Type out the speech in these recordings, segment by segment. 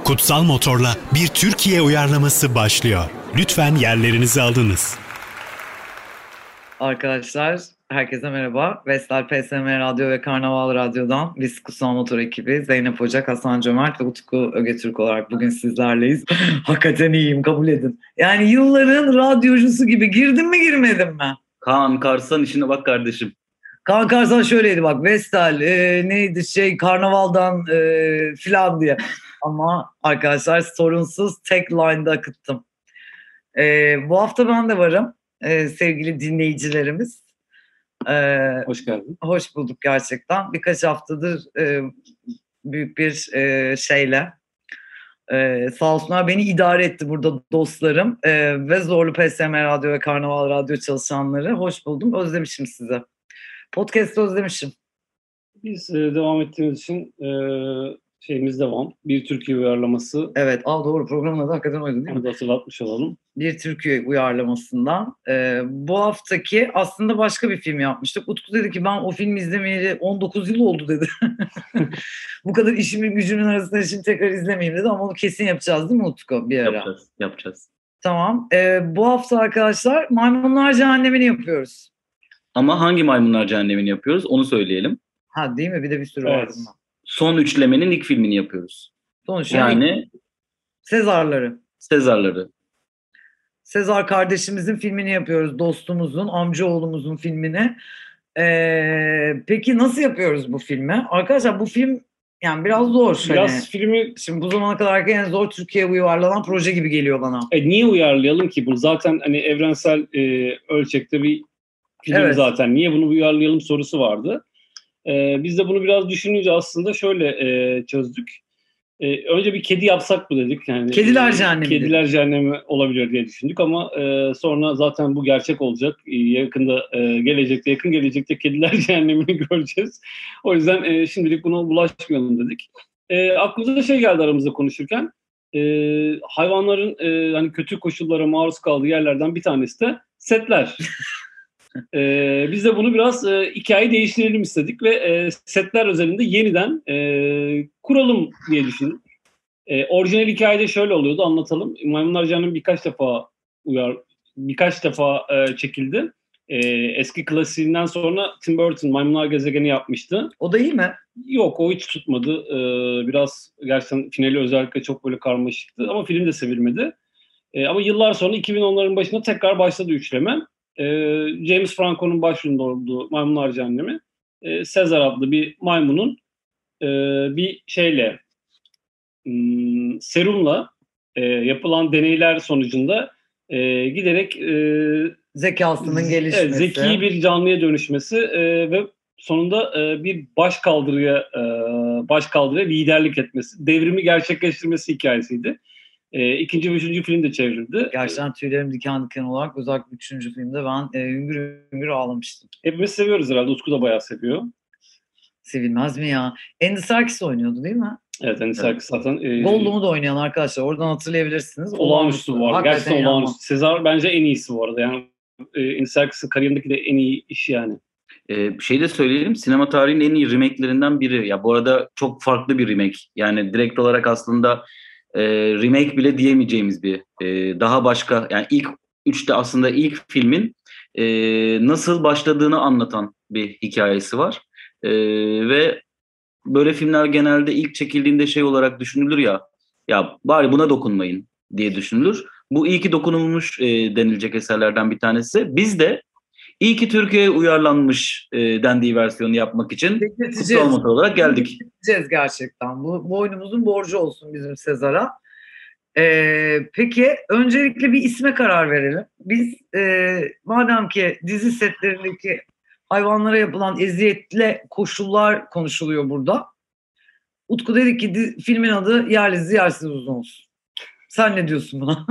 Kutsal Motor'la bir Türkiye uyarlaması başlıyor. Lütfen yerlerinizi alınız. Arkadaşlar, herkese merhaba. Vestel PSM Radyo ve Karnaval Radyo'dan biz Kutsal Motor ekibi Zeynep Ocak, Hasan Cömert ve Utku Ögetürk olarak bugün sizlerleyiz. Hakikaten iyiyim, kabul edin. Yani yılların radyocusu gibi girdim mi girmedim mi? Kaan Karsan işine bak kardeşim. Kaan Karsan şöyleydi bak, Vestel neydi Karnaval'dan filan diye. Ama arkadaşlar sorunsuz tek line'da akıttım. Bu hafta ben de varım. Sevgili dinleyicilerimiz. Hoş geldin. Hoş bulduk gerçekten. Birkaç haftadır büyük bir şeyle sağ olsunlar beni idare etti burada dostlarım ve Zorlu PSM Radyo ve Karnaval Radyo çalışanları. Hoş buldum. Özlemişim sizi. Podcast'ı özlemişim. Biz devam ettiğimiz için şeyimiz devam. Bir Türkiye uyarlaması. Evet, doğru. Programın adı hakikaten oydu değil mi? Onu da hatırlatmış olalım. Bir Türkiye uyarlamasından. Bu haftaki aslında başka bir film yapmıştık. Utku dedi ki ben o filmi izlemeyeli 19 yıl oldu dedi. Bu kadar işimin gücümün arasında şimdi tekrar izlemeyeyim dedi ama onu kesin yapacağız değil mi Utku bir ara? Yapacağız. Tamam. Bu hafta arkadaşlar Maymunlar Cehennemi'ni yapıyoruz. Ama hangi Maymunlar Cehennemi'ni yapıyoruz onu söyleyelim. Ha değil mi? Bir de bir sürü var bundan. Son üçlemenin ilk filmini yapıyoruz. Sonuç yani Sezarları. Sezar kardeşimizin filmini yapıyoruz. Dostumuzun, amcaoğlumuzun filmini. Peki nasıl yapıyoruz bu filmi? Arkadaşlar bu film yani biraz zor. Biraz filmi... Şimdi bu zamana kadar en zor Türkiye'ye uyarlanan proje gibi geliyor bana. Niye uyarlayalım ki? Bu zaten hani evrensel ölçekte bir film zaten. Niye bunu uyarlayalım sorusu vardı. Biz de bunu biraz düşününce aslında şöyle çözdük. Önce bir kedi yapsak mı dedik. Yani, Kediler Cehennemi. Kediler Cehennemi olabilir diye düşündük ama sonra zaten bu gerçek olacak. Yakın gelecekte Kediler Cehennemi'ni göreceğiz. O yüzden şimdilik buna bulaşmayalım dedik. Aklımıza şey geldi aramızda konuşurken. Hayvanların hani kötü koşullara maruz kaldığı yerlerden bir tanesi de setler. Biz de bunu biraz hikayeyi değiştirelim istedik ve setler özelinde yeniden kuralım diye düşündük. Orijinal hikayede şöyle oluyordu, anlatalım. Maymunlar Cehennemi birkaç defa çekildi. Eski klasiğinden sonra Tim Burton Maymunlar Gezegeni yapmıştı. O da iyi mi? Yok, o hiç tutmadı. Biraz gerçekten finali özellikle çok böyle karmaşıktı ama film de sevilmedi. Ama yıllar sonra 2010'ların başında tekrar başladı üçleme. James Franco'nun başrolünde olduğu Maymunlar Cehennemi, Sezar adlı bir maymunun bir serumla yapılan deneyler sonucunda giderek zekasının gelişmesi, zeki bir canlıya dönüşmesi ve sonunda bir başkaldırıya liderlik etmesi, devrimi gerçekleştirmesi hikayesiydi. İkinci ve üçüncü film de çevrildi. Gerçekten tüylerim diken diken olarak özellikle üçüncü filmde ben hüngür hüngür ağlamıştım. Hepimiz seviyoruz herhalde. Utku da bayağı seviyor. Sevilmez mi ya? Andy Serkis oynuyordu değil mi? Evet, Andy Serkis zaten. Gollum'u da oynayan arkadaşlar. Oradan hatırlayabilirsiniz. Olağanüstü var. Gerçekten olağanüstü. Sezar bence en iyisi bu arada. Yani Andy Serkis'in kariyerindeki de en iyi işi yani. Bir şey de söyleyelim. Sinema tarihinin en iyi remake'lerinden biri. Ya bu arada çok farklı bir remake. Yani direkt olarak aslında remake bile diyemeyeceğimiz bir daha başka, yani ilk üçte aslında ilk filmin nasıl başladığını anlatan bir hikayesi var ve böyle filmler genelde ilk çekildiğinde şey olarak düşünülür ya bari buna dokunmayın diye düşünülür. Bu iyi ki dokunulmuş denilecek eserlerden bir tanesi. Biz de iyi ki Türkiye'ye uyarlanmış dendiği versiyonu yapmak için Kutsal Motor olarak geldik. Bekleyeceğiz gerçekten. Bu oyunumuzun borcu olsun bizim Sezar'a. Peki öncelikle bir isme karar verelim. Biz madem ki dizi setlerindeki hayvanlara yapılan eziyetli koşullar konuşuluyor burada. Utku dedi ki filmin adı Yerli Yersiz Uzun olsun. Sen ne diyorsun buna?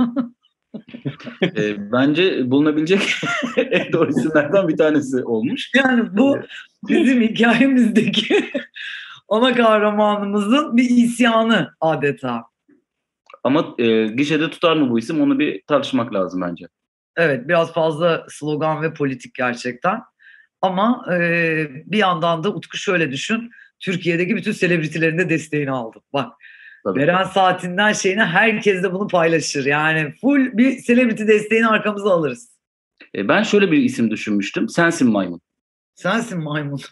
Bence bulunabilecek en doğru isimlerden bir tanesi olmuş. Yani bu bizim hikayemizdeki ana kahramanımızın bir isyanı adeta. Ama gişede tutar mı bu isim, onu bir tartışmak lazım bence. Evet, biraz fazla slogan ve politik gerçekten. Ama bir yandan da Utku şöyle düşün. Türkiye'deki bütün selebritilerin de desteğini aldı. Bak Tabii. Beren Saatinden şeyine herkes de bunu paylaşır. Yani full bir celebrity desteğini arkamıza alırız. Ben şöyle bir isim düşünmüştüm. Sensin Maymun. Sensin maymun.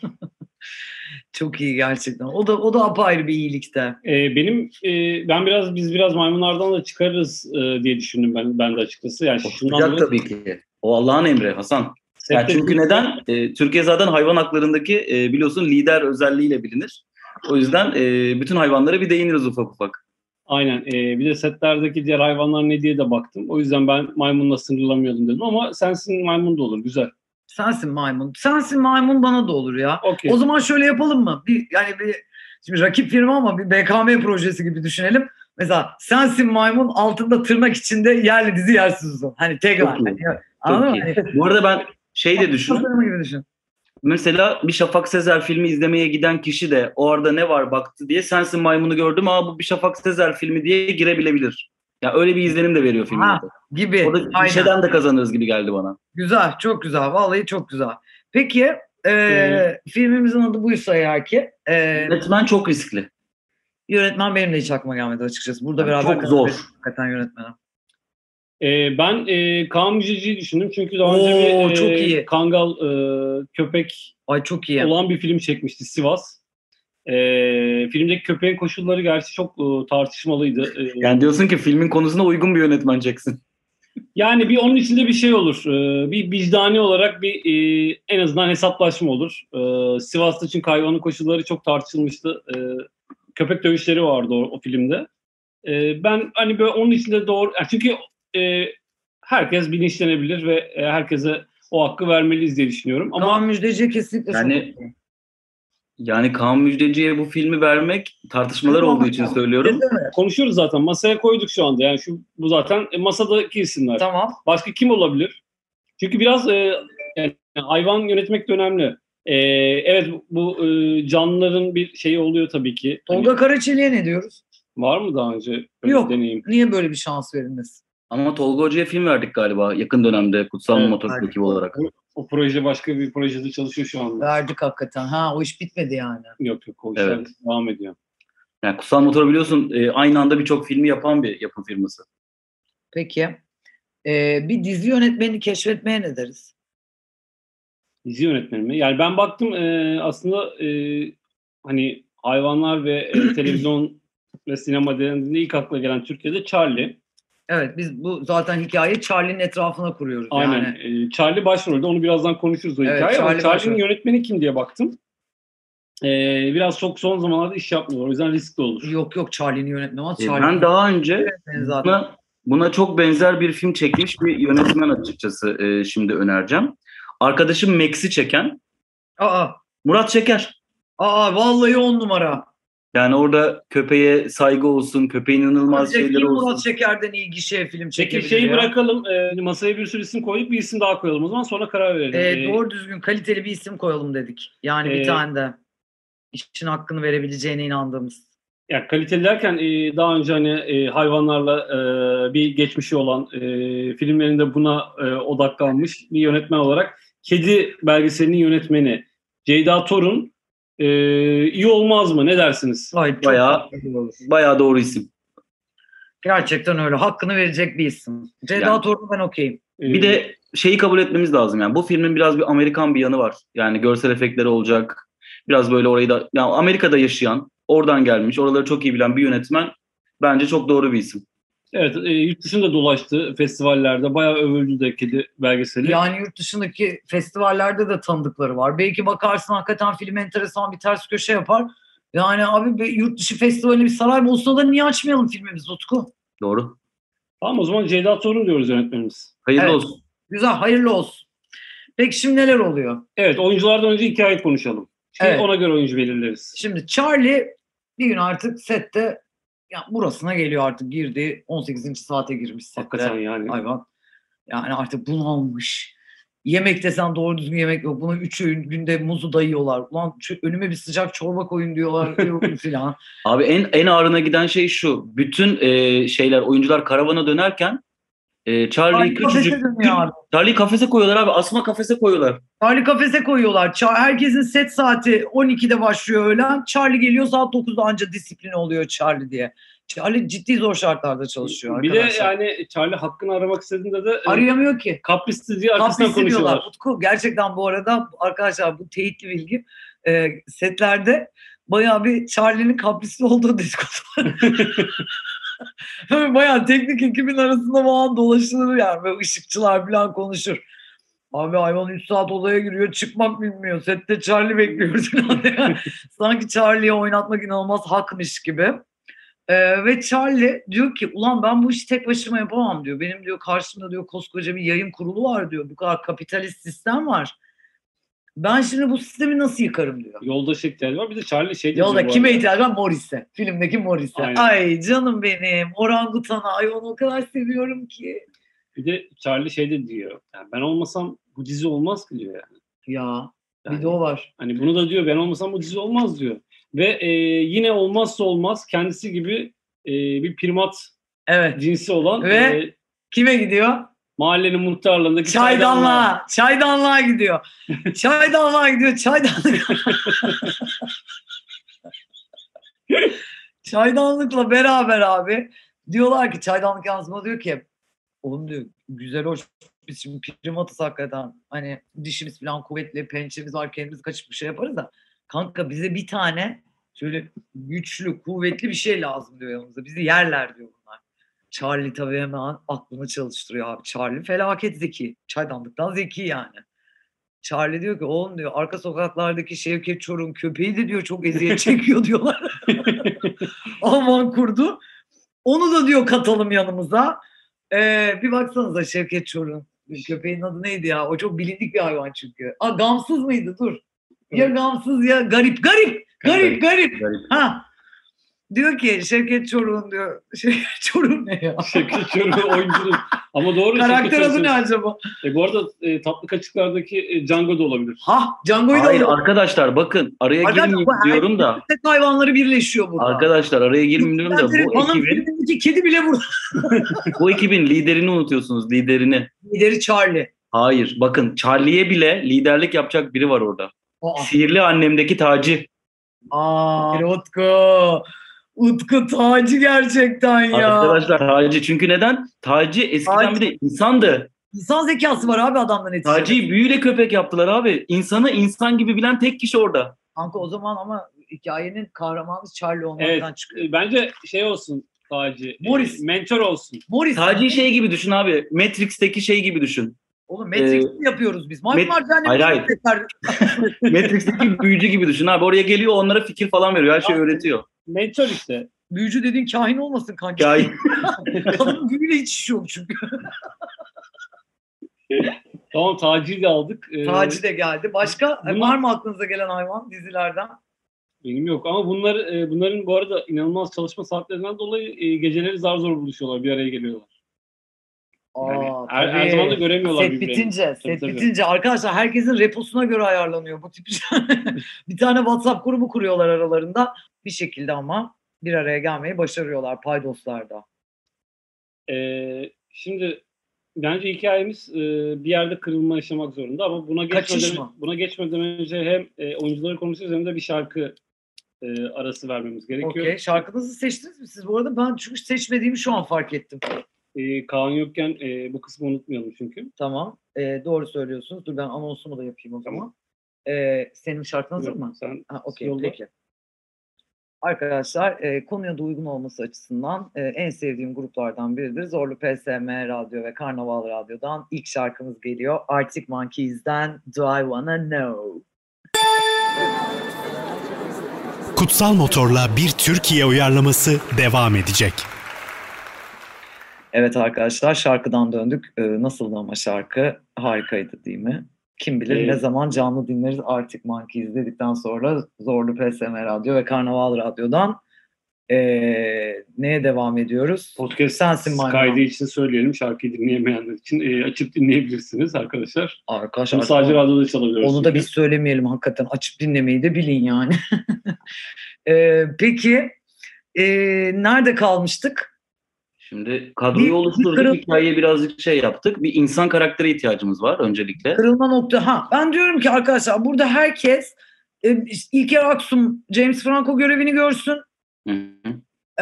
Çok iyi gerçekten. O da apayrı bir iyilikte. Biz biraz maymunlardan da çıkarırız diye düşündüm ben de açıkçası. Yani şundan Olacak tabii ki. O Allah'ın emri Hasan. Yani çünkü neden? Türkiye zaten hayvan haklarındaki biliyorsun lider özelliğiyle bilinir. O yüzden bütün hayvanlara bir değiniriz ufak ufak. Aynen. Bir de setlerdeki diğer hayvanlar ne diye de baktım. O yüzden ben maymunla sınırlamıyordum dedim ama sensin maymun da olur. Güzel. Sensin maymun. Sensin maymun bana da olur ya. Okay. O zaman şöyle yapalım mı? Şimdi rakip firma ama bir BKM projesi gibi düşünelim. Mesela sensin maymun altında tırnak içinde yerli dizi yersiz uzun. Hani tagline. Hani, anladın mı? Hani, Bu arada ben de düşünün. gibi düşün. Mesela bir Şafak Sezer filmi izlemeye giden kişi de o arada ne var baktı diye sensin maymunu gördüm. Bu bir Şafak Sezer filmi diye girebilebilir. Ya öyle bir izlenim de veriyor filmde. Gibi. O da gişeden de kazanırız gibi geldi bana. Güzel, çok güzel. Vallahi çok güzel. Peki filmimizin adı buysa eğer ki. Yönetmen çok riskli. Yönetmen benim de hiç aklıma gelmedi açıkçası. Burada beraber çok zor. Hakikaten yönetmene. Ben Kaan Müjdeci'yi düşündüm. Çünkü daha önce çok iyi. Kangal köpek çok iyi. olan bir film çekmişti Sivas. Filmdeki köpeğin koşulları gerçi çok tartışmalıydı. Yani diyorsun ki filmin konusuna uygun bir yönetmen çeksin. Yani bir onun içinde bir şey olur. Bir vicdani olarak bir en azından hesaplaşma olur. Sivas'ta çünkü hayvanın koşulları çok tartışılmıştı. Köpek dövüşleri vardı o filmde. Ben hani böyle onun içinde doğru... Çünkü herkes bilinçlenebilir ve herkese o hakkı vermeliyiz diye düşünüyorum. Ama Kaan Müjdeci'ye kesinlikle yani Kaan Müjdeci'ye bu filmi vermek tartışmalar olduğu için söylüyorum. Konuşuyoruz zaten. Masaya koyduk şu anda. Yani bu zaten masadaki isimler. Tamam. Başka kim olabilir? Çünkü biraz yani hayvan yönetmek de önemli. Evet bu canlıların bir şeyi oluyor tabii ki. Tolga Karaçelik'e ne diyoruz? Var mı daha önce Yok. deneyim? Niye böyle bir şans verilmez? Ama Tolga Hoca'ya film verdik galiba yakın dönemde Kutsal Motor ekibi olarak. O proje başka bir projede çalışıyor şu anda. Verdik hakikaten. O iş bitmedi yani. Yok o işler devam ediyor. Yani Kutsal Motor biliyorsun aynı anda birçok filmi yapan bir yapım firması. Peki. Bir dizi yönetmenini keşfetmeye ne deriz? Dizi yönetmeni mi? Yani ben baktım aslında hani hayvanlar ve televizyon ve sinema denildiğinde ilk akla gelen Türkiye'de Charlie. Evet biz bu zaten hikayeyi Charlie'nin etrafına kuruyoruz. Aynen. Yani. Charlie başrolde. Onu birazdan konuşuruz o hikaye. Ama Charlie'nin yönetmeni kim diye baktım. Biraz çok son zamanlarda iş yapmıyor. O yüzden riskli olur. Yok Charlie'nin yönetmeni. Ben daha önce buna çok benzer bir film çekmiş bir yönetmen açıkçası şimdi önereceğim. Arkadaşım Max'i çeken Murat Şeker. Vallahi 10 numara. Yani orada köpeğe saygı olsun, köpeğin inanılmaz şeyleri olsun. Murat Şeker'den iyi gişe film çekebilir. Peki bırakalım. Masaya bir sürü isim koyduk. Bir isim daha koyalım o zaman. Sonra karar verelim. Doğru düzgün kaliteli bir isim koyalım dedik. Yani bir tane de. İşin hakkını verebileceğine inandığımız. Ya kaliteli derken daha önce hani hayvanlarla bir geçmişi olan filmlerinde buna odaklanmış bir yönetmen olarak Kedi belgeselinin yönetmeni Ceyda Torun iyi olmaz mı? Ne dersiniz? Bayağı doğru isim. Gerçekten öyle. Hakkını verecek bir isim. Ceyda Torun'u ben okeyim. Bir de şeyi kabul etmemiz lazım. Yani bu filmin biraz bir Amerikan bir yanı var. Yani görsel efektleri olacak. Biraz böyle orayı da yani Amerika'da yaşayan, oradan gelmiş, oraları çok iyi bilen bir yönetmen bence çok doğru bir isim. Evet, yurt dışında dolaştı festivallerde. Bayağı övüldü de Kedi belgeseli. Yani yurt dışındaki festivallerde de tanıdıkları var. Belki bakarsın hakikaten film enteresan bir ters köşe yapar. Yani abi yurt dışı festivalinde bir Saraybosna'da niye açmayalım filmimizi Utku? Doğru. Tamam o zaman Ceyda Torun diyoruz yönetmenimiz. Hayırlı olsun. Güzel, hayırlı olsun. Peki şimdi neler oluyor? Evet, oyunculardan önce hikaye konuşalım. Ona göre oyuncu belirleriz. Şimdi Charlie bir gün artık sette burasına geliyor artık girdi. 18. saate girmiş sette. Hakikaten yani. Hayvan. Yani artık bunalmış. Yemek desen doğru düzgün yemek yok. Buna 3 öğün günde muzu dayıyorlar. Ulan önüme bir sıcak çorba koyun diyorlar falan. Abi en ağrına giden şey şu. Bütün oyuncular karavana dönerken Charlie'yi Charlie kafese küçücük. dönüyor abi. Charlie'yi kafese koyuyorlar abi. Asma kafese koyuyorlar. Charlie kafese koyuyorlar. Herkesin set saati 12'de başlıyor öğlen. Charlie geliyor saat 9'da anca disiplin oluyor Charlie diye. Charlie ciddi zor şartlarda çalışıyor Bir de arkadaşlar. yani Charlie hakkını aramak istediğinde de Arayamıyor ki. kapristi diye arkasından Kaprisi diyorlar. konuşuyorlar. Utku gerçekten bu arada arkadaşlar bu teyitli bilgi. Setlerde bayağı bir Charlie'nin kaprisli olduğu dedikodu. Bayağı teknik ekibin arasında falan dolaşılır yani. Böyle ışıkçılar falan konuşur. Abi hayvan 3 saat odaya giriyor, çıkmak bilmiyor. Sette Charlie bekliyoruz falan. Yani. Sanki Charlie'yi oynatmak inanılmaz hakmış gibi. Ve Charlie diyor ki ulan ben bu işi tek başıma yapamam diyor. Benim diyor karşımda diyor koskoca bir yayın kurulu var diyor. Bu kadar kapitalist sistem var. Ben şimdi bu sistemi nasıl yıkarım diyor. Yoldaş ihtiyacı var. Bir de Charlie şey diyor. Yolda kime ihtiyacı var? Morris'e. Filmdeki Morris'e. Aynen. Ay canım benim. Orangutana. Ay onu o kadar seviyorum ki. Bir de Charlie şey de diyor. Yani ben olmasam bu dizi olmaz ki diyor yani. Ya Yani, bir de o var. Hani bunu da diyor ben olmasam bu dizi olmaz diyor. Ve yine olmazsa olmaz kendisi gibi bir primat Evet. cinsi olan Ve kime gidiyor? mahallenin muhtarlığındaki Çaydanlığa. Çaydanlığa gidiyor. Çaydanlığa gidiyor. Çaydanlıkla beraber abi diyorlar ki çaydanlık yansıma diyor ki oğlum diyor güzel hoş biz şimdi primatız hakikaten hani dişimiz falan kuvvetli pençemiz var kendimiz kaçıp bir şey yaparız da kanka bize bir tane şöyle güçlü kuvvetli bir şey lazım diyor yanımızda bizi yerler diyor bunlar. Charlie tabii hemen aklını çalıştırıyor abi. Charlie felaket zeki. Çaydanlıktan zeki yani. Charlie diyor ki oğlum diyor arka sokaklardaki Şevket Çoruk'un köpeği de diyor çok eziyet çekiyor diyorlar. Aman kurdu. Onu da diyor katalım yanımıza. Bir baksanıza Şevket Çoruk'un köpeğin adı neydi ya? O çok bilindik bir hayvan çünkü. Gamsız mıydı? Dur. Ya gamsız ya garip. Garip. Ha. Diyor ki Şevket Çoruk'un diyor. Şevket Çoruk ne ya? Şevket Çoruk oyuncunun. Ama doğru. Karakter adı ne acaba? Bu arada Tatlı Kaçıklar'daki Django da olabilir. Django'yu da Hayır olur. arkadaşlar bakın araya girmeyeyim diyorum da. Tek hayvanları birleşiyor burada. Arkadaşlar araya girmeyeyim diyorum da filmindeki kedi bile burada. bu ekibin liderini unutuyorsunuz liderini. Lideri Charlie. Hayır bakın Charlie'ye bile liderlik yapacak biri var orada. Sihirli Annem'deki Taci. Utku Taci gerçekten ya. Arkadaşlar Taci çünkü neden? Taci eskiden bir de insandı. İnsan zekası var abi adamdan yetişiyor. Taci'yi büyüyle köpek yaptılar abi. İnsanı insan gibi bilen tek kişi orada. Kanka o zaman ama hikayenin kahramanı Charlie olmaktan çıkıyor. Bence şey olsun Taci. Morris. Mentor olsun. Morris. Taci'yi şey gibi düşün abi. Matrix'teki şey gibi düşün. Oğlum Matrix'i yapıyoruz biz. Hayır. Matrix'teki büyücü gibi düşün abi. Oraya geliyor onlara fikir falan veriyor. Her şeyi öğretiyor. Mentor işte. Büyücü dediğin kahin olmasın kanka. Kahin. Kadın büyüyle hiç iş yok çünkü. Tamam Taci'yi de aldık. Taci de geldi. Başka var mı aklınıza gelen hayvan dizilerden? Benim yok ama bunların bu arada inanılmaz çalışma saatlerinden dolayı geceleri zar zor buluşuyorlar. Bir araya geliyorlar. Yani her zaman da göremiyorlar birbirlerini. Set bitince arkadaşlar herkesin reposuna göre ayarlanıyor bu tip bir tane WhatsApp grubu kuruyorlar aralarında bir şekilde ama bir araya gelmeyi başarıyorlar paydoslarda. Şimdi bence hikayemiz bir yerde kırılma yaşamak zorunda ama buna geçmeden önce hem oyuncuları konuşacağız hem de bir şarkı arası vermemiz gerekiyor. Okey. Şarkınızı seçtiniz mi siz bu arada? Ben çünkü seçmediğimi şu an fark ettim. Kaan yokken bu kısmı unutmayalım çünkü. Tamam. Doğru söylüyorsunuz. Dur ben anonsumu da yapayım o zaman. Senin şarkın hazır mı? Okey. Peki. Arkadaşlar konuya da uygun olması açısından en sevdiğim gruplardan biridir. Zorlu PSM Radyo ve Karnaval Radyo'dan ilk şarkımız geliyor. Arctic Monkeys'den Do I Wanna Know. Kutsal Motor'la bir Türkiye uyarlaması devam edecek. Evet arkadaşlar şarkıdan döndük. Nasıldı ama şarkı? Harikaydı değil mi? Kim bilir ne zaman canlı dinleriz Arctic Monkeys dedikten sonra Zorlu PSM Radyo ve Karnaval Radyo'dan neye devam ediyoruz? Podcast Sensin kaydı için söyleyelim. Şarkıyı dinleyemeyenler için açıp dinleyebilirsiniz arkadaşlar. Arkadaşlar bunu sadece radyoda çalabiliyoruz. Onu da biz söylemeyelim hakikaten. Açıp dinlemeyi de bilin yani. Peki nerede kalmıştık? Şimdi kadroyu Bir oluşturduk, kırıl- hikayeyi birazcık şey yaptık. Bir insan karaktere ihtiyacımız var öncelikle. Kırılma nokta. Ben diyorum ki arkadaşlar burada herkes işte İlker Aksum, James Franco görevini görsün. Hı hı.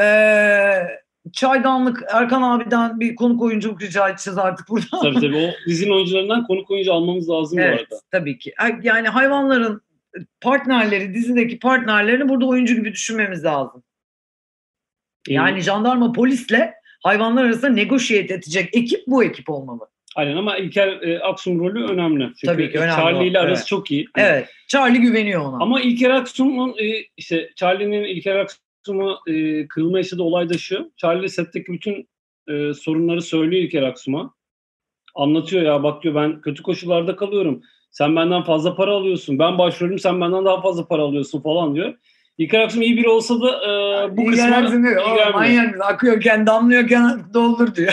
Çaydanlık Erkan abiden bir konuk oyunculuk rica edeceğiz artık burada. Tabii o dizinin oyuncularından konuk oyuncu almamız lazım bu Evet, arada. tabii ki. Yani hayvanların partnerleri, dizideki partnerlerini burada oyuncu gibi düşünmemiz lazım. Yani jandarma polisle hayvanlar arasında negotiate edecek ekip bu ekip olmalı. Aynen ama İlker Aksum rolü önemli. Çünkü Tabii ki önemli. Charlie ile arası Evet. çok iyi. Evet. Charlie güveniyor ona. Ama İlker Aksum'un işte Charlie'nin İlker Aksum'a kırılma yaşadığı olay da şu. Charlie setteki bütün sorunları söylüyor İlker Aksum'a. Anlatıyor ya, bak diyor, ben kötü koşullarda kalıyorum. Sen benden fazla para alıyorsun. Ben başrolüm, sen benden daha fazla para alıyorsun falan diyor. İlker Aksum iyi biri olsa da bu kısma iyi gelmiyor. Manyak, akıyorken damlıyorken doldur diyor.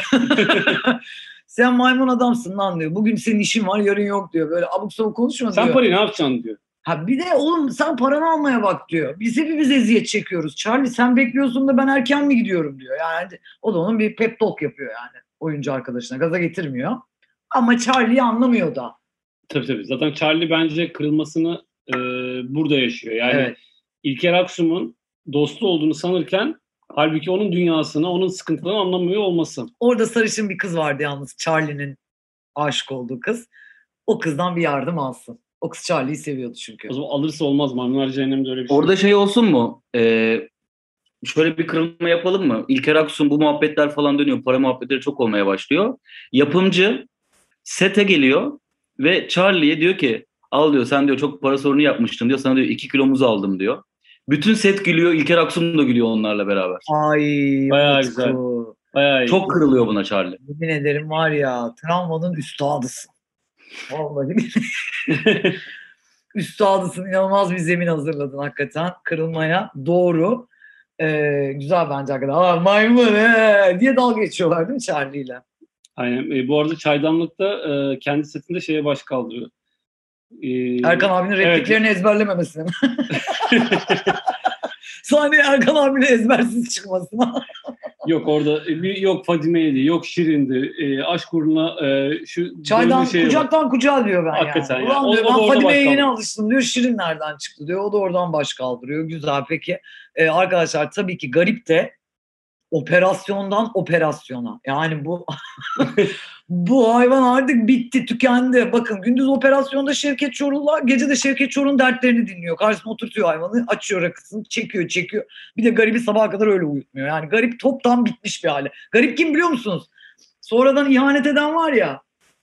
Sen maymun adamsın lan diyor. Bugün senin işin var, yarın yok diyor. Böyle abuk sabuk konuşma diyor. Sen parayı ne yapacaksın diyor. Bir de oğlum sen paranı almaya bak diyor. Biz hepimiz eziyet çekiyoruz. Charlie sen bekliyorsun da ben erken mi gidiyorum diyor. Yani o da onun bir pep talk yapıyor yani. Oyuncu arkadaşına gaza getirmiyor. Ama Charlie'yi anlamıyor da. Tabii. Zaten Charlie bence kırılmasını burada yaşıyor. Yani Evet. İlker Aksum'un dostu olduğunu sanırken halbuki onun dünyasını, onun sıkıntılarını anlamıyor olması. Orada sarışın bir kız vardı yalnız. Charlie'nin aşık olduğu kız. O kızdan bir yardım alsın. O kız Charlie'yi seviyordu çünkü. O zaman alırsa olmaz. Maymunlar Cehennem'de öyle bir şey. Orada şey olsun mu? Şöyle bir kırılma yapalım mı? İlker Aksu'nun bu muhabbetler falan dönüyor. Para muhabbetleri çok olmaya başlıyor. Yapımcı sete geliyor ve Charlie'ye diyor ki al diyor, sen diyor çok para sorunu yapmıştın diyor. Sana diyor 2 kilomuzu aldım diyor. Bütün set gülüyor. İlker Aksu da gülüyor onlarla beraber. Ay Bayağı Utku. güzel. Bayağı iyi. Çok kırılıyor buna Charlie. Yemin ederim var ya, travmanın üstadısın. Vallahi üstadısın. İnanılmaz bir zemin hazırladın hakikaten. Kırılmaya doğru. Güzel bence hakikaten. Maymun diye dalga geçiyorlar değil mi Charlie ile? Aynen. Bu arada Çaydanlık'ta kendi setinde şeye baş kaldırıyor. Erkan abinin repliklerini ezberlememesine. Sahneye Erkan abinin ezbersiz çıkmasına. Yok orada yok Fadime'ydi, yok Şirin'di. Aşk uğruna şu Çaydan şey kucaktan var. Kucağa diyor ben Hakikaten yani. ya. Ulan diyor, O da ben orada Fadime'ye baş yeni kaldırıyor. alıştım diyor. Şirin nereden çıktı diyor. O da oradan baş kaldırıyor. Güzel peki. Arkadaşlar tabii ki Garip de operasyondan operasyona. Yani bu hayvan artık bitti, tükendi. Bakın gündüz operasyonda Şevket Çorum'la, gece de Şevket Çorum'un dertlerini dinliyor. Karşısına oturtuyor hayvanı, açıyor rakısını, çekiyor. Bir de Garip'i sabaha kadar öyle uyutmuyor. Yani Garip toptan bitmiş bir hale. Garip kim biliyor musunuz? Sonradan ihanet eden var ya.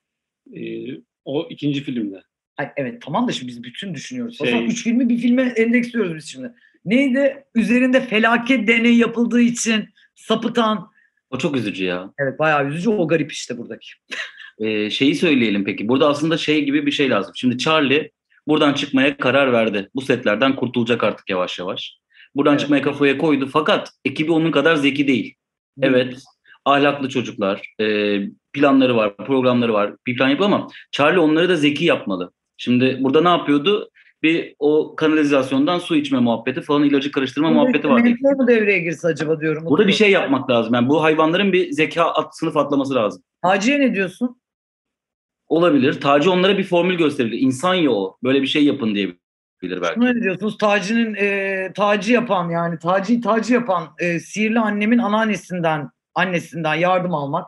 O ikinci filmde. Ay, evet tamam da şimdi biz bütün düşünüyoruz. Şey- Aslında 3 filmi bir filme endeksliyoruz biz şimdi. Neydi? Üzerinde felaket deney yapıldığı için sapıtan. O çok üzücü ya. Evet bayağı üzücü, o Garip işte buradaki. Şeyi söyleyelim peki. Burada aslında şey gibi bir şey lazım. Şimdi Charlie buradan çıkmaya karar verdi. Bu setlerden kurtulacak artık yavaş yavaş. Buradan Evet. çıkmaya kafaya koydu. Fakat ekibi onun kadar zeki değil. Evet, ahlaklı çocuklar, planları var, programları var, bir plan yapıyor ama Charlie onları da zeki yapmalı. Şimdi burada ne yapıyordu? Bir o kanalizasyondan su içme muhabbeti falan, ilacı karıştırma muhabbeti vardı. Mentor mu devreye girse acaba diyorum. Burada bir şey yapmak lazım. Yani bu hayvanların bir zeka sınıf atlaması lazım. Taci'ye ne diyorsun? Olabilir. Taci onlara bir formül gösterebilir. İnsan ya o. Böyle bir şey yapın diyebilir belki. Ne diyorsunuz? Taci'nin Taci yapan yani Taci yapan sihirli annemin annesinden yardım almak.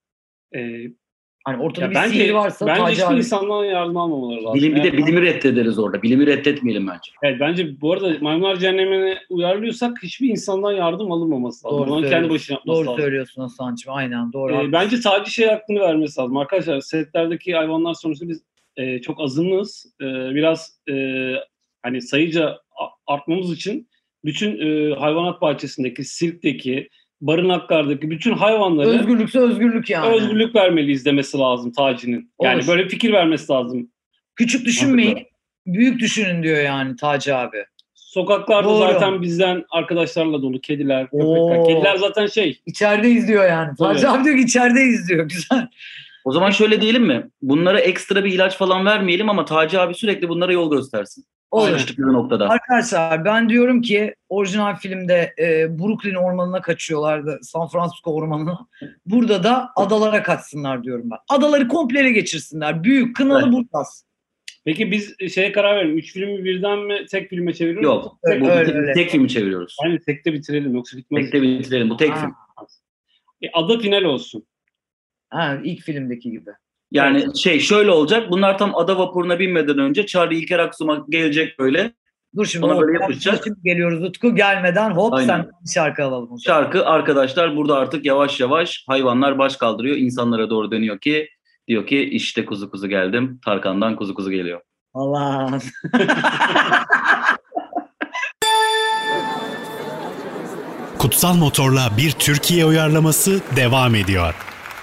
Hani ortada bir sihir varsa bence Taci hiçbir abi. insandan yardım almamaları lazım. Bir de bilimi reddederiz orada. Bilimi reddetmeyelim bence. Evet, bence bu arada Maymunlar Cehennemi'ne uyarlıyorsak hiçbir insandan yardım alınmaması lazım. Doğru Onun kendi başına yapması Doğru lazım. söylüyorsun Hasan'cığım. Aynen doğru. Bence sadece şey hakkını vermesi lazım. Arkadaşlar setlerdeki hayvanlar sonuçta biz çok azınlığız. Biraz hani sayıca artmamız için bütün hayvanat bahçesindeki, sirkteki, barınaklardaki bütün hayvanları Özgürlükse özgürlük yani. özgürlük vermeliyiz demesi lazım Taci'nin. Yani Olur. böyle fikir vermesi lazım. Küçük düşünmeyin, büyük düşünün diyor yani Taci abi. Sokaklarda Doğru. zaten bizden arkadaşlarla dolu kediler, köpekler. Oo. Kediler zaten şey. İçerideyiz diyor yani. Taci Evet. abi diyor ki içerideyiz diyor. Güzel. O zaman şöyle diyelim mi? Bunlara ekstra bir ilaç falan vermeyelim ama Taci abi sürekli bunlara yol göstersin. Olur. Sıkıştıkları noktada. Arkadaşlar ben diyorum ki orijinal filmde Brooklyn ormanına kaçıyorlardı. San Francisco ormanına. Burada da adalara kaçsınlar diyorum ben. Adaları komple ele geçirsinler. Büyük Kınalı Evet. Burgaz. Peki biz şeye karar verelim. 3 filmi birden mi tek filme çeviriyoruz? Yok. Öyle, Bu öyle. tek filmi çeviriyoruz. Yani tekte bitirelim yoksa bitmez. Tekte bitirelim. Bu tek Ha. film. Ada final olsun. Ha, ilk filmdeki gibi. Yani şöyle olacak. Bunlar tam ada vapuruna binmeden önce Charlie İlker Aksum'a gelecek böyle. Dur şimdi Ona böyle oraya yapışacak. şimdi geliyoruz Utku. Gelmeden hop Aynen. sen bir şarkı alalım. O zaman. Şarkı arkadaşlar burada artık yavaş yavaş hayvanlar baş kaldırıyor. İnsanlara doğru dönüyor ki diyor ki işte kuzu kuzu geldim. Tarkan'dan kuzu kuzu geliyor. Allah. Kutsal Motor'la bir Türkiye uyarlaması devam ediyor.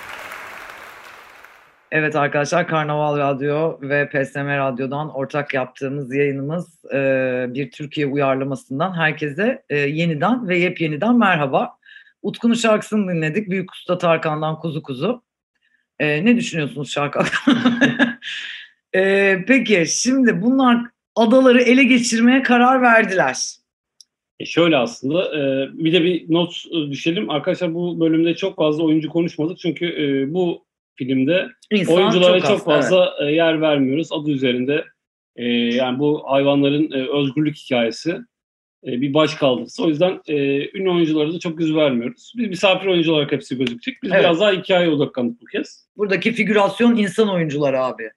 Evet arkadaşlar, Karnaval Radyo ve PSM Radyo'dan ortak yaptığımız yayınımız bir Türkiye uyarlamasından herkese yeniden ve yepyeniden merhaba. Utku'nun şarkısını dinledik. Büyük Usta Tarkan'dan Kuzu Kuzu. Ne düşünüyorsunuz şarkı hakkında? Peki şimdi bunlar adaları ele geçirmeye karar verdiler. Şöyle aslında bir de bir not düşelim. Arkadaşlar bu bölümde çok fazla oyuncu konuşmadık. Çünkü bu filmde İnsan oyunculara çok çok az, fazla yer vermiyoruz. Adı üzerinde yani bu hayvanların özgürlük hikayesi bir baş kaldırısı. O yüzden ünlü oyunculara da çok yüz vermiyoruz. Biz misafir oyuncu olarak hepsi gözükecek. Biz Evet. biraz daha hikayeye odaklandık bu kez. Buradaki figürasyon insan oyuncuları abi.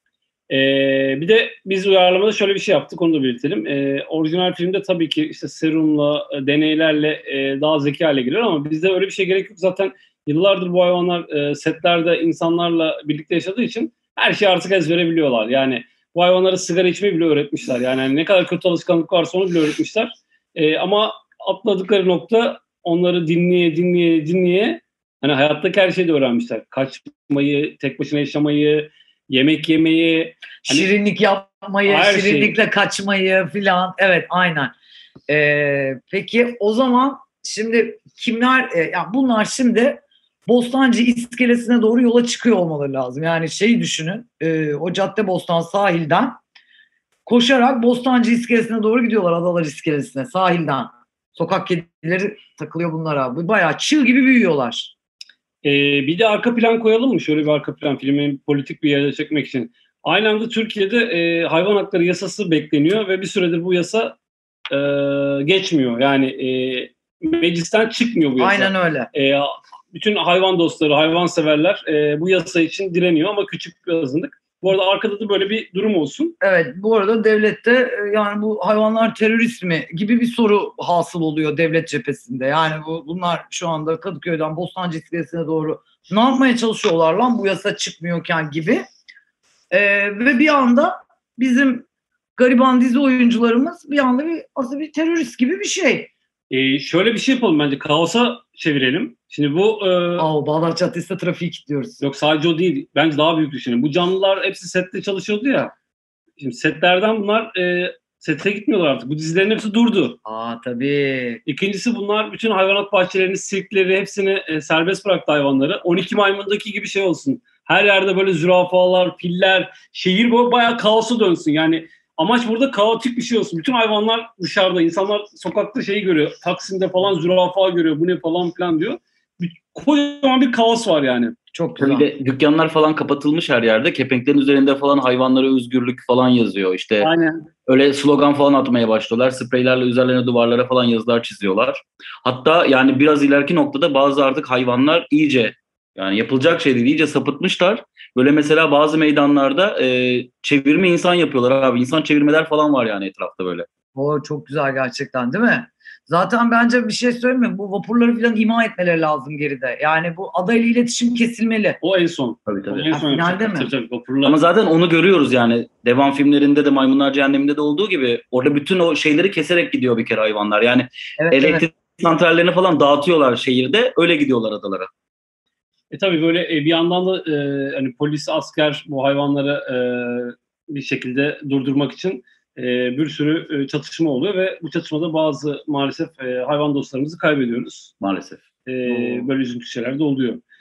Bir de biz uyarlamada şöyle bir şey yaptık, onu da belirtelim. Orijinal filmde tabii ki işte serumla, deneylerle daha zeki hale geliyor ama bizde öyle bir şey gerek yok. Zaten yıllardır bu hayvanlar setlerde insanlarla birlikte yaşadığı için her şeyi artık ezbere biliyorlar. Yani bu hayvanlara sigara içmeyi bile öğretmişler. Yani hani ne kadar kötü alışkanlık varsa onu bile öğretmişler. Ama atladıkları nokta onları dinleye hani hayattaki her şeyi de öğrenmişler. Kaçmayı, tek başına yaşamayı, yemek yemeyi, hani Şirinlik yapmayı, her şirinlikle kaçmayı filan. Evet, aynen. Peki o zaman şimdi kimler? Yani bunlar şimdi Bostancı iskelesine doğru yola çıkıyor olmaları lazım. Yani şeyi düşünün, o Caddebostan sahilden koşarak Bostancı iskelesine doğru gidiyorlar, Adalar iskelesine sahilden. Sokak kedileri takılıyor bunlara. Bu bayağı çığ gibi büyüyorlar. bir de arka plan koyalım mı? Şöyle bir arka plan filmin politik bir yere çekmek için. Aynı anda Türkiye'de hayvan hakları yasası bekleniyor ve bir süredir bu yasa geçmiyor. Yani meclisten çıkmıyor bu yasa. Aynen öyle. Bütün hayvan dostları, hayvan severler bu yasa için direniyor ama küçük bir azınlık. Bu arada arkada da böyle bir durum olsun. Evet, bu arada devlette yani bu hayvanlar terörist mi gibi bir soru hasıl oluyor devlet cephesinde. Yani bunlar şu anda Kadıköy'den Bostancı iskelesine doğru ne yapmaya çalışıyorlar lan bu yasa çıkmıyorken gibi. Ve bir anda bizim gariban dizi oyuncularımız bir anda aslında bir terörist gibi bir şey. Şöyle bir şey yapalım bence. Kaosa çevirelim. Şimdi bu... Bağdat Caddesi'nde trafiği kilitliyoruz. Yok sadece o değil. Bence daha büyük düşünün. Bu canlılar hepsi sette çalışıyordu ya. Şimdi setlerden bunlar sete gitmiyorlar artık. Bu dizilerin hepsi durdu. Tabii. İkincisi bunlar bütün hayvanat bahçelerini, sirkleri hepsini serbest bıraktı hayvanları. 12 Maymun'daki gibi şey olsun. Her yerde böyle zürafalar, filler, şehir bayağı kaosa dönsün. Yani amaç burada kaotik bir şey olsun. Bütün hayvanlar dışarıda, insanlar sokakta şeyi görüyor. Taksim'de falan zürafa görüyor, bu ne falan filan diyor. Kocaman bir kaos var yani. Çok güzel. Bir de dükkanlar falan kapatılmış her yerde. Kepenklerin üzerinde falan hayvanlara özgürlük falan yazıyor. İşte Aynen. öyle slogan falan atmaya başlıyorlar. Spreylerle üzerlerine, duvarlara falan yazılar çiziyorlar. Hatta yani biraz ileriki noktada bazı artık hayvanlar iyice, yani yapılacak şey değil, iyice sapıtmışlar. Böyle mesela bazı meydanlarda çevirme insan yapıyorlar abi. İnsan çevirmeler falan var yani etrafta böyle. O çok güzel gerçekten, değil mi? Zaten bence bir şey söyleyeyim mi? Bu vapurları falan imha etmeleri lazım geride. Yani bu adayla iletişim kesilmeli. O en son. Tabii. O en son Finalde mi? Tabii, vapurlar. Ama zaten onu görüyoruz yani. Devam filmlerinde de Maymunlar Cehennemi'nde de olduğu gibi orada bütün o şeyleri keserek gidiyor bir kere hayvanlar. Yani Evet, elektrik santrallerini falan dağıtıyorlar şehirde. Öyle gidiyorlar adalara. Tabii böyle bir yandan da hani polis, asker bu hayvanları bir şekilde durdurmak için bir sürü çatışma oluyor ve bu çatışmada bazı maalesef hayvan dostlarımızı kaybediyoruz. Maalesef. Böyle üzüntü şeyler de oluyor.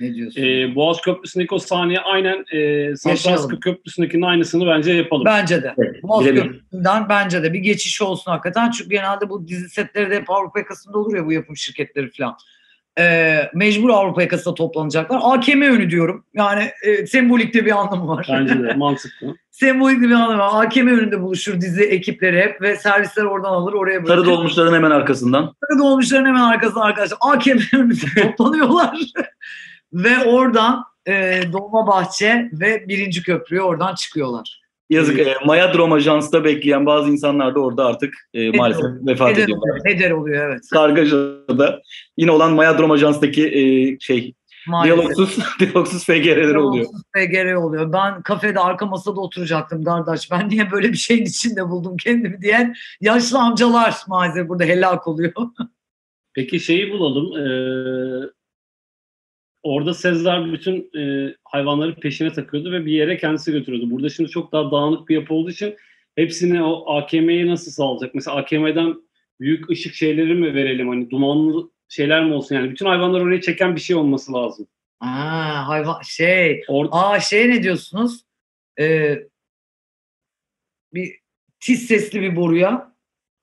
Ne diyorsun? Boğaz Köprüsü'ndeki o sahneyi aynen San Yaşayalım. Francisco Köprüsü'ndekinin aynısını bence yapalım. Bence de. Evet, Boğaz birebir. Köprüsü'nden bence de bir geçiş olsun hakikaten. Çünkü genelde bu dizi setleri de hep Avrupa yakasında olur ya, bu yapım şirketleri falan. Mecbur Avrupa yakasında toplanacaklar. AKM önü diyorum. Yani sembolik de bir anlamı var. Bence de mantıklı. Sembolik de bir anlamı var. AKM önünde buluşur dizi ekipleri hep ve servisler oradan alır oraya bırakır. Sarı dolmuşların hemen arkasından. Sarı dolmuşların hemen arkasında arkadaşlar AKM önünde toplanıyorlar. Ve oradan Dolmabahçe ve 1. Köprü'ye oradan çıkıyorlar. Yazık Mayadrom Ajans'ta bekleyen bazı insanlar da orada artık maalesef vefat ediyorlar. Heder oluyor evet. Kargaşa'da yine olan Mayadrom Ajans'taki Maalesef. diyalogsuz FGR'leri oluyor. PGR oluyor. Ben kafede arka masada oturacaktım kardeş. Ben niye böyle bir şeyin içinde buldum kendimi diyen yaşlı amcalar maalesef burada helak oluyor. Peki şeyi bulalım. Orada Sezar bütün hayvanları peşine takıyordu ve bir yere kendisi götürüyordu. Burada şimdi çok daha dağınık bir yapı olduğu için hepsini o AKM'ye nasıl sağlayacak? Mesela AKM'den büyük ışık şeyleri mi verelim? Hani dumanlı şeyler mi olsun? Yani bütün hayvanları oraya çeken bir şey olması lazım. Hayvan ne diyorsunuz? Bir tiz sesli bir boruya.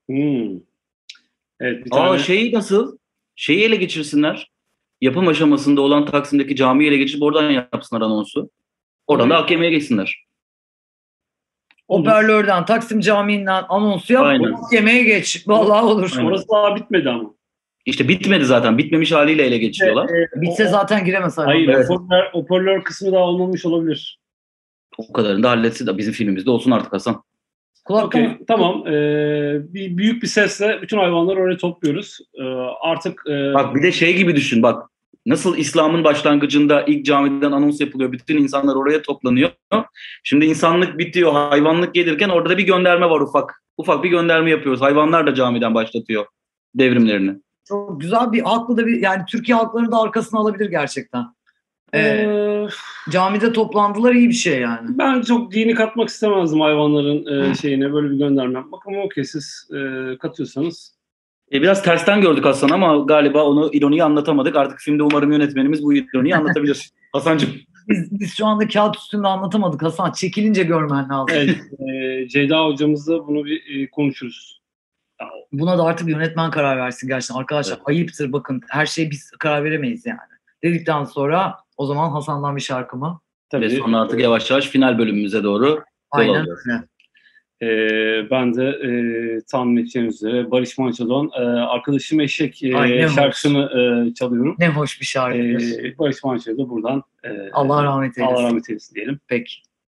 Evet, bir tane. Şeyi nasıl? Şeyi ele geçirsinler. Yapım aşamasında olan Taksim'deki camiyi ele geçirip oradan yapsınlar anonsu. Oradan da AKM'ye geçsinler. Hoparlörden Taksim Camii'nden anonsu yap. Aynen. AKM'ye geç. Vallahi olur. Aynen. Orası daha bitmedi ama. İşte bitmedi zaten. Bitmemiş haliyle ele geçiriyorlar. Bitse zaten giremez hayvan. Hayır, Evet. hoparlör kısmı daha olmamış olabilir. O kadarını da halletsin de bizim filmimizde olsun artık Hasan. Okay, tamam. Büyük bir sesle bütün hayvanları oraya topluyoruz. Artık Bak bir de şey gibi düşün bak. Nasıl İslam'ın başlangıcında ilk camiden anons yapılıyor. Bütün insanlar oraya toplanıyor. Şimdi insanlık bitiyor, hayvanlık gelirken orada da bir gönderme var ufak. Ufak bir gönderme yapıyoruz. Hayvanlar da camiden başlatıyor devrimlerini. Çok güzel bir haklı da bir, yani Türkiye halklarını da arkasına alabilir gerçekten. Camide toplandılar, iyi bir şey yani. Ben çok dini katmak istemezdim hayvanların şeyine böyle bir gönderme yapmak ama okey siz katıyorsanız. Biraz tersten gördük Hasan ama galiba onu ironiyi anlatamadık. Artık filmde umarım yönetmenimiz bu ironiyi anlatabilir. Hasan'cığım. Biz şu anda kağıt üstünde anlatamadık Hasan. Çekilince görmen lazım. Evet, Ceyda hocamızla bunu bir konuşuruz. Buna da artık yönetmen karar versin gerçekten. Arkadaşlar evet. Ayıptır bakın, her şeye biz karar veremeyiz yani. Dedikten sonra o zaman Hasan'dan bir şarkı mı? Tabii. Ve sonra artık yavaş yavaş final bölümümüze doğru yol alacağız. Aynen. Ben de tahmin edeceğiniz üzere Barış Manço'dan Arkadaşım Eşek şarkısını çalıyorum. Ne hoş bir şarkı. Barış Manço'ya da buradan Allah rahmet eylesin. Allah rahmet eylesin diyelim. Peki.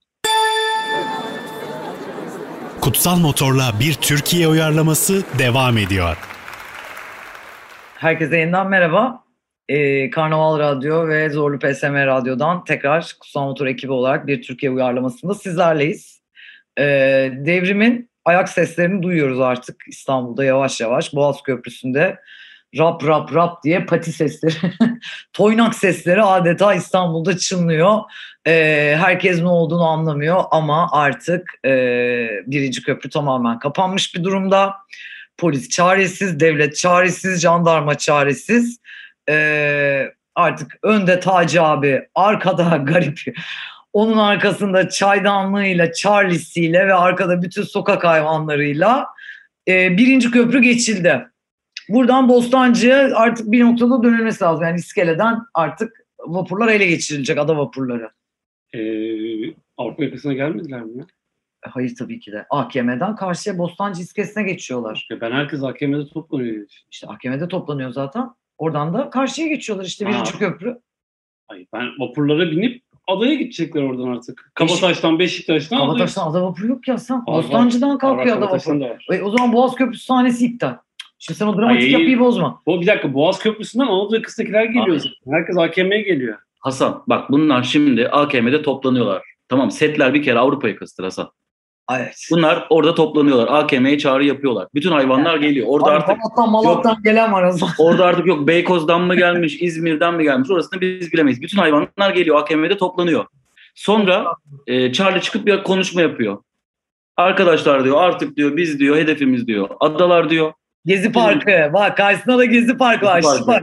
Kutsal Motor'la bir Türkiye uyarlaması devam ediyor. Herkese yeniden merhaba. Karnaval Radyo ve Zorlu PSM Radyo'dan tekrar Kutsal Motor ekibi olarak bir Türkiye uyarlamasında sizlerleyiz. Devrimin ayak seslerini duyuyoruz artık İstanbul'da yavaş yavaş. Boğaz Köprüsü'nde rap rap rap diye pati sesleri, toynak sesleri adeta İstanbul'da çınlıyor. Herkes ne olduğunu anlamıyor ama artık 1. köprü tamamen kapanmış bir durumda. Polis çaresiz, devlet çaresiz, jandarma çaresiz. Artık önde Taci abi, arkada garip. Onun arkasında çaydanlığıyla, Charlie'siyle ve arkada bütün sokak hayvanlarıyla 1. köprü geçildi. Buradan Bostancı'ya artık bir noktada dönülmesi lazım. Yani iskeleden artık vapurlar ele geçirilecek, ada vapurları. Avrupa yakasına gelmediler mi ya? Hayır tabii ki de. AKM'den karşıya Bostancı iskelesine geçiyorlar. Ben herkes AKM'de toplanıyor. İşte AKM'de toplanıyor zaten. Oradan da karşıya geçiyorlar işte 1. köprü. Hayır, ben vapurlara binip adaya gidecekler oradan artık. Kabataş'tan, Beşiktaş'tan. Kabataş'tan ada vapuru yok ya sen. Bostancı'dan kalkıyor ada vapuru. O zaman Boğaz Köprüsü sahnesi iptal. Şimdi sen o dramatik yapıyı bozma. Bir dakika, Boğaz Köprüsü'nden Anadolu yakasındakiler geliyor. Herkes AKM'ye geliyor. Hasan bak bunlar şimdi AKM'de toplanıyorlar. Tamam, setler bir kere Avrupa yakasıdır Hasan. Evet. Bunlar orada toplanıyorlar. AKM'ye çağrı yapıyorlar. Bütün hayvanlar geliyor. Orada abi, artık Malat'tan gelen var Hasan. Orada artık yok Beykoz'dan mı gelmiş, İzmir'den mi gelmiş? Orasını biz bilemeyiz. Bütün hayvanlar geliyor. AKM'de toplanıyor. Sonra Charlie çıkıp bir konuşma yapıyor. Arkadaşlar diyor, artık diyor biz diyor hedefimiz diyor adalar diyor. Gezi Parkı. Bak karşısında da Gezi Parkı var.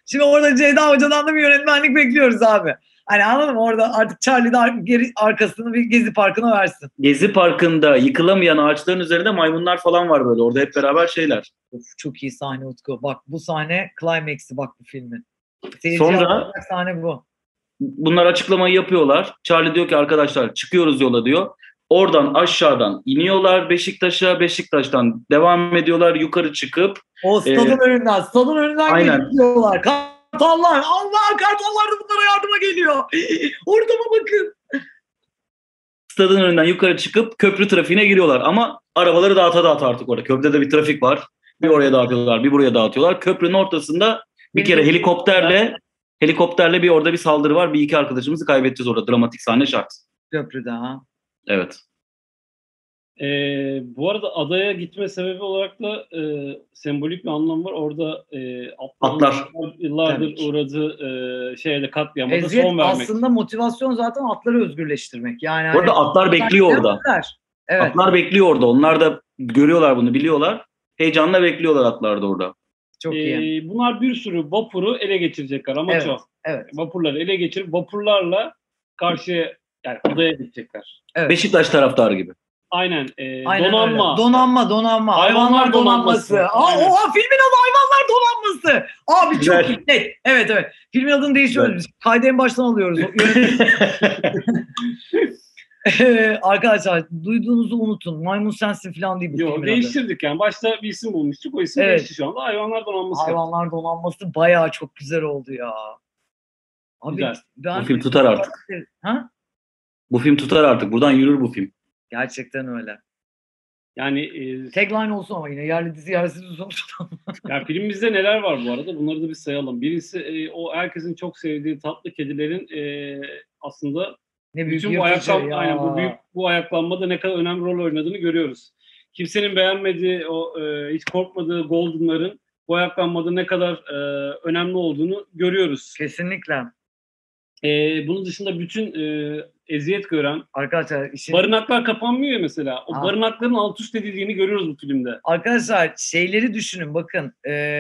Şimdi orada Ceyda Hoca'dan da bir yönetmenlik bekliyoruz abi. Hani anladın mı? Orada artık Charlie de arkasını bir Gezi Parkı'na versin. Gezi Parkı'nda yıkılamayan ağaçların üzerinde maymunlar falan var böyle. Orada hep beraber şeyler. Of, çok iyi sahne Utku. Bak bu sahne climax'i bak bu filmin. Sonra sahne bu. bunlar açıklamayı yapıyorlar. Charlie diyor ki arkadaşlar çıkıyoruz yola diyor. Oradan aşağıdan iniyorlar Beşiktaş'a. Beşiktaş'tan devam ediyorlar yukarı çıkıp. O stadın önünden gidiyorlar. Kartallar, Allah kartallar da bunlara yardıma geliyor. Ortama bakın. Stadın önünden yukarı çıkıp köprü trafiğine giriyorlar. Ama arabaları dağıta artık orada. Köprüde de bir trafik var. Bir oraya dağıtıyorlar, bir buraya dağıtıyorlar. Köprünün ortasında bir kere helikopterle bir orada bir saldırı var. Bir iki arkadaşımızı kaybedeceğiz orada. Dramatik sahne şart. Köprüde ha. Evet. Bu arada adaya gitme sebebi olarak da sembolik bir anlam var. Orada atlar yıllardır uğradığı şeyde katliama da son vermek. Aslında motivasyon zaten atları özgürleştirmek. Yani orada atlar bekliyor orada. Evet. Atlar bekliyor orada. Onlar da görüyorlar bunu, biliyorlar. Heyecanla bekliyorlar atlar da orada. Çok iyi. Bunlar bir sürü vapuru ele geçirecekler. Amaç o. Evet. Vapurları ele geçirip vapurlarla karşıya, yani adaya gidecekler. Evet. Beşiktaş taraftarı gibi. Aynen. Donanma. Hayvanlar donanması. Filmin adı Hayvanlar Donanması. Abi çok iyi. Evet. Filmin adını değiştiriyoruz biz. Kaydı en baştan alıyoruz. Arkadaşlar duyduğunuzu unutun. Maymun sensin falan değil bu filmin adı. Değiştirdik yani. Başta bir isim bulmuştuk. O isim değişti şu anda. Hayvanlar Donanması. Hayvanlar Donanması bayağı çok güzel oldu ya. Abi, güzel. Bu film tutar artık. Ha? Bu film tutar artık. Buradan yürür bu film. Gerçekten öyle. Yani tagline olsun ama yine yerli dizi yersiz sonuçta. Yani filmimizde neler var bu arada? Bunları da bir sayalım. Birisi o herkesin çok sevdiği tatlı kedilerin aslında ne büyük bütün bu ayaklanmada ne kadar önemli rol oynadığını görüyoruz. Kimsenin beğenmediği hiç korkmadığı Golden'ların bu ayaklanmada ne kadar önemli olduğunu görüyoruz. Kesinlikle. Bunun dışında bütün eziyet gören arkadaşlar barınaklar kapanmıyor ya mesela. O barınakların alt üst edildiğini görüyoruz bu filmde. Arkadaşlar şeyleri düşünün bakın.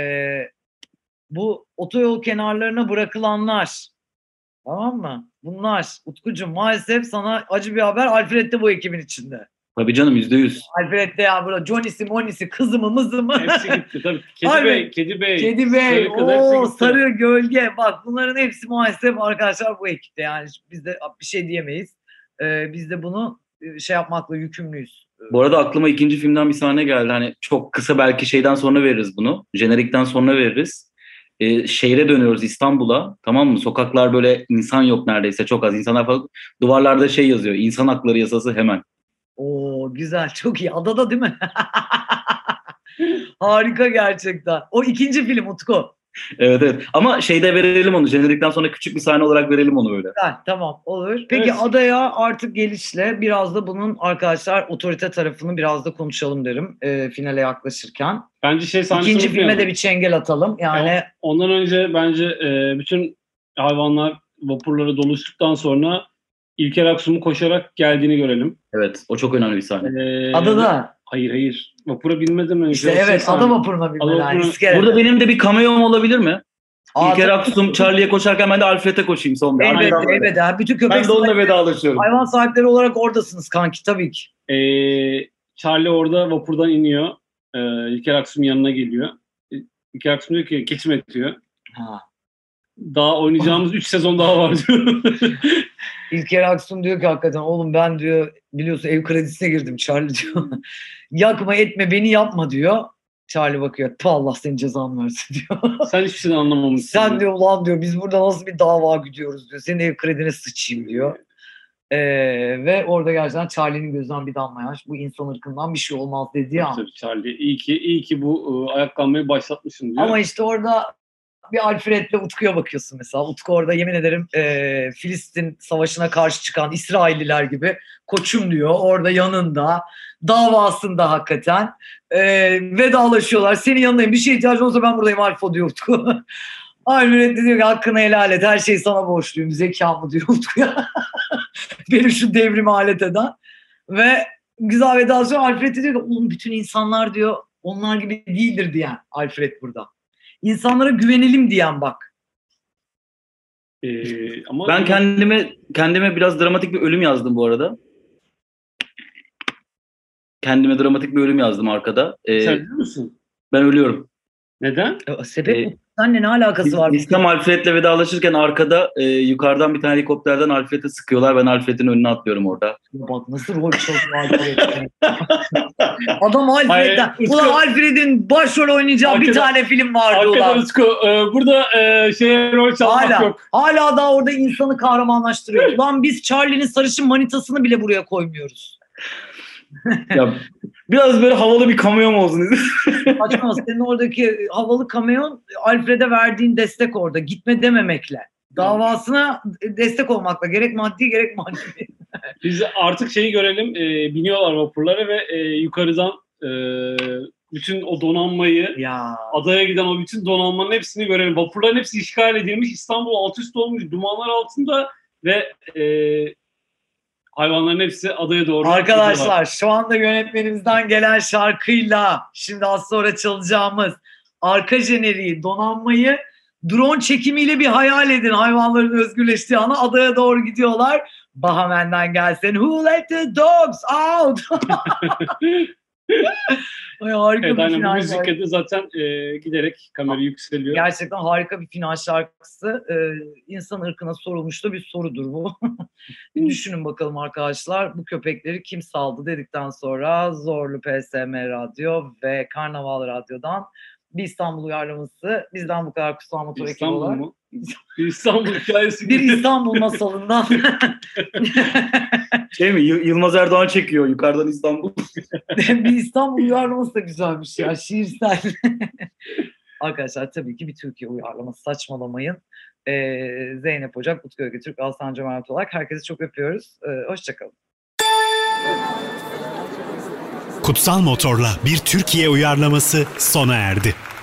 Bu otoyol kenarlarına bırakılanlar. Tamam mı? Bunlar Utkucuğum maalesef sana acı bir haber. Alfred de bu ekibin içinde. Tabii canım %100. Alfred de ya burada Johnny'si, Moni'si, kızımı, mızımı. Hepsi gitti tabii. Kedi Bey. Sarı gölge. Bak bunların hepsi maalesef arkadaşlar bu ekipte. Yani biz de bir şey diyemeyiz. Biz de bunu şey yapmakla yükümlüyüz. Bu arada aklıma ikinci filmden bir sahne geldi. Hani çok kısa belki şeyden sonra veririz bunu. Jenerikten sonra veririz. Şehre dönüyoruz İstanbul'a, tamam mı? Sokaklar böyle insan yok neredeyse, çok az insanlar falan. Duvarlarda şey yazıyor, insan hakları yasası hemen. Oo güzel, çok iyi. Adada değil mi? Harika gerçekten. O ikinci film Utku. Evet. Ama şeyde verelim onu. Jenerikten sonra küçük bir sahne olarak verelim onu böyle. Tamam olur. Peki evet. Adaya artık gelişle biraz da bunun arkadaşlar otorite tarafını biraz da konuşalım derim finale yaklaşırken. Bence İkinci filme de bir çengel atalım. Yani ondan önce bence bütün hayvanlar vapurları doluştuktan sonra İlker Aksum'un koşarak geldiğini görelim. Evet, o çok önemli bir sahne. Adada. Hayır. Vapura binmeden önce. İşte evet, ada vapuruna binmeden. Burada benim de bir cameo'm olabilir mi? İlker Aksum Charlie'ye koşarken ben de Alfred'e koşayım son bir. Elbette. Bütün köpek ben de onunla vedalaşıyorum. Hayvan sahipleri olarak oradasınız kanki tabii ki. Charlie orada vapurdan iniyor. İlker Aksum yanına geliyor. İlker Aksum diyor ki geçme diyor. Daha oynayacağımız 3 sezon daha var diyor. İlker Aksum diyor ki hakikaten oğlum ben diyor biliyorsun ev kredisine girdim Charlie diyor. Yakma etme beni yapma diyor. Charlie bakıyor. Allah senin cezanı versin diyor. Sen hiçbir şeyden anlamamışsın. Sen diyor ulan diyor biz burada nasıl bir dava gidiyoruz diyor. Senin ev kredine sıçayım diyor. Ve orada gerçekten Charlie'nin gözünden bir damla yaş. Bu insan ırkından bir şey olmaz dedi ya. Tabii Charlie iyi ki bu ayaklanmayı başlatmışsın diyor. Ama işte orada bir Alfred'le Utku'ya bakıyorsun mesela. Utku orada yemin ederim Filistin savaşına karşı çıkan İsrailliler gibi koçum diyor. Orada yanında davasında hakikaten vedalaşıyorlar. Senin yanındayım bir şeye ihtiyacın olsa ben buradayım Alfa diyor Utku. Alfred de diyor ki hakkını helal et. Her şeyi sana borçluyum. Zekamı diyor Utku'ya. Beni şu devrimi alet eden. Ve güzel vedalasyon Alfred de diyor ki oğlum bütün insanlar diyor onlar gibi değildir diyen Alfred burada. İnsanlara güvenelim diyen bak. Ama Ben kendime biraz dramatik bir ölüm yazdım bu arada. Kendime dramatik bir ölüm yazdım arkada. sen biliyor musun? Ben ölüyorum. Neden? Sebep bu. Seninle ne alakası var? İslam Alfred'le vedalaşırken arkada yukarıdan bir tane helikopterden Alfred'e sıkıyorlar. Ben Alfred'in önüne atlıyorum orada. Bak nasıl rol çalıyor Alfred. Adam Alfred'den. Hayır, Ulan Alfred'in başrol oynayacağı bir tane film vardı Arkada ulan. Utku, burada rol çalmak yok. Hala daha orada insanı kahramanlaştırıyor. Ulan biz Charlie'nin sarışın manitasını bile buraya koymuyoruz. Ya biraz böyle havalı bir kamyon olsun. Saçma, senin oradaki havalı kamyon Alfred'e verdiğin destek orada. Gitme dememekle. Davasına destek olmakla. Gerek maddi gerek manevi. Biz artık şeyi görelim. Biniyorlar vapurlara ve yukarıdan bütün o donanmayı, adaya giden o bütün donanmanın hepsini görelim. Vapurların hepsi işgal edilmiş. İstanbul alt üst olmuş. Dumanlar altında ve hayvanların hepsi adaya doğru. Arkadaşlar şu anda yönetmenimizden gelen şarkıyla şimdi az sonra çalacağımız arka jeneriği, donanmayı drone çekimiyle bir hayal edin. Hayvanların özgürleştiği ana adaya doğru gidiyorlar. Bahamen'den gelsin. Who let the dogs out? Harika evet, bir aynen, final bu müzikte de zaten giderek kamera yükseliyor. Gerçekten harika bir final şarkısı. İnsan ırkına sorulmuş da bir sorudur bu. Bir düşünün bakalım arkadaşlar. Bu köpekleri kim saldı dedikten sonra Zorlu PSM Radyo ve Karnaval Radyo'dan bir İstanbul uyarlaması. Bizden bu kadar Kutsal Motor ekibi olarak. İstanbul mu? Bir İstanbul hikayesi. Bir İstanbul masalından. Şey mi? Yılmaz Erdoğan çekiyor yukarıdan İstanbul. Bir İstanbul uyarlaması da güzelmiş ya. Şiirsel. Arkadaşlar tabii ki bir Türkiye uyarlaması. Saçmalamayın. Zeynep Ocak, Utku Ögetürk, Alsan Cömert olarak herkesi çok öpüyoruz. Hoşçakalın. Kutsal Motor'la bir Türkiye uyarlaması sona erdi.